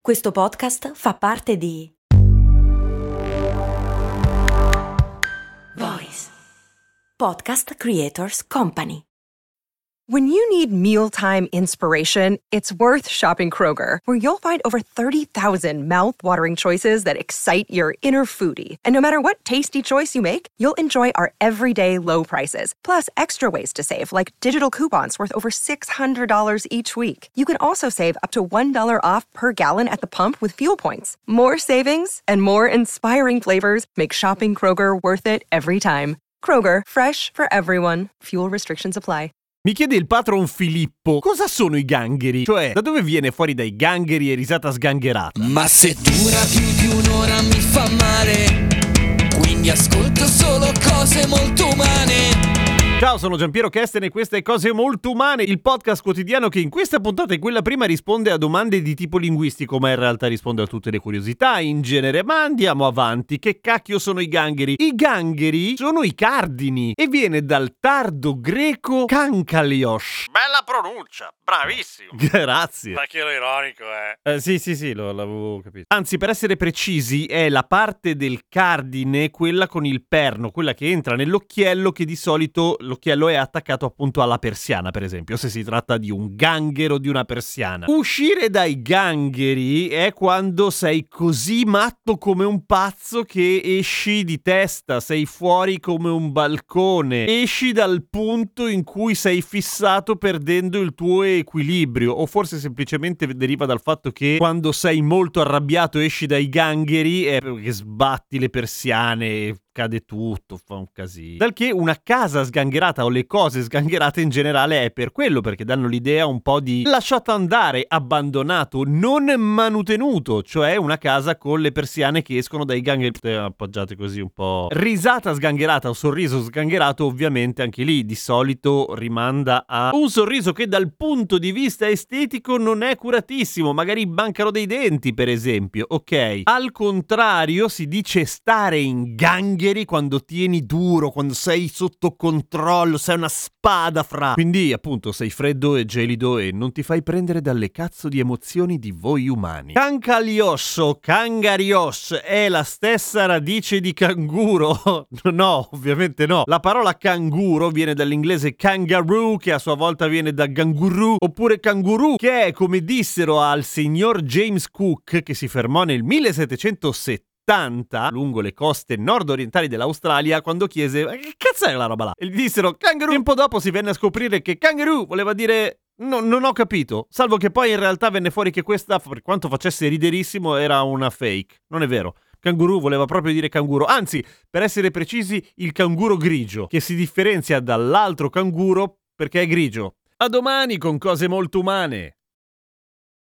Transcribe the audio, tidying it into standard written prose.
Questo podcast fa parte di Voice Podcast Creators Company. When you need mealtime inspiration, it's worth shopping Kroger, where you'll find over 30,000 mouth-watering choices that excite your inner foodie. And no matter what tasty choice you make, you'll enjoy our everyday low prices, plus extra ways to save, like digital coupons worth over $600 each week. You can also save up to $1 off per gallon at the pump with fuel points. More savings and more inspiring flavors make shopping Kroger worth it every time. Kroger, fresh for everyone. Fuel restrictions apply. Mi chiede il patron Filippo, cosa sono i gangheri? Cioè, da dove viene fuori dai gangheri e risata sgangherata? Ma se dura più di un'ora mi fa male, quindi ascolto solo cose molto umane. Ciao, sono Giampiero Kesten e queste Cose Molto Umane, il podcast quotidiano che in questa puntata e quella prima risponde a domande di tipo linguistico, ma in realtà risponde a tutte le curiosità in genere. Ma andiamo avanti, che cacchio sono i gangheri? I gangheri sono i cardini e viene dal tardo greco kankalios. Bella pronuncia, bravissimo. Grazie. Ma che ero ironico, eh. Sì, l'avevo capito. Anzi, per essere precisi, è la parte del cardine, quella con il perno, quella che entra nell'occhiello, che di solito l'occhiello è attaccato appunto alla persiana, per esempio, se si tratta di un ganghero di una persiana. Uscire dai gangheri è quando sei così matto come un pazzo che esci di testa, sei fuori come un balcone, esci dal punto in cui sei fissato perdendo il tuo equilibrio, o forse semplicemente deriva dal fatto che quando sei molto arrabbiato esci dai gangheri è perché sbatti le persiane, cade tutto, fa un casino. Dal che una casa sgangherata o le cose sgangherate in generale è per quello, perché danno l'idea un po' di lasciato andare, abbandonato, non manutenuto, cioè una casa con le persiane che escono dai gangheri appoggiate così un po'. Risata sgangherata o sorriso sgangherato ovviamente anche lì di solito rimanda a un sorriso che dal punto di vista estetico non è curatissimo, magari mancano dei denti per esempio, ok? Al contrario si dice stare in gangheri quando tieni duro, quando sei sotto controllo, sei una spada fra. Quindi appunto sei freddo e gelido e non ti fai prendere dalle cazzo di emozioni di voi umani. Kankalios o kangarios è la stessa radice di canguro? No, ovviamente no. La parola canguro viene dall'inglese kangaroo, che a sua volta viene da ganguru, oppure canguru, che è, come dissero al signor James Cook, che si fermò nel 1770 lungo le coste nord-orientali dell'Australia, quando chiese che cazzo è la roba là? E gli dissero kangaroo. Tempo dopo si venne a scoprire che kangaroo voleva dire non ho capito, salvo che poi in realtà venne fuori che questa, per quanto facesse riderissimo, era una fake. Non è vero. Canguro voleva proprio dire canguro, anzi, per essere precisi, il canguro grigio, che si differenzia dall'altro canguro perché è grigio. A domani con Cose Molto Umane.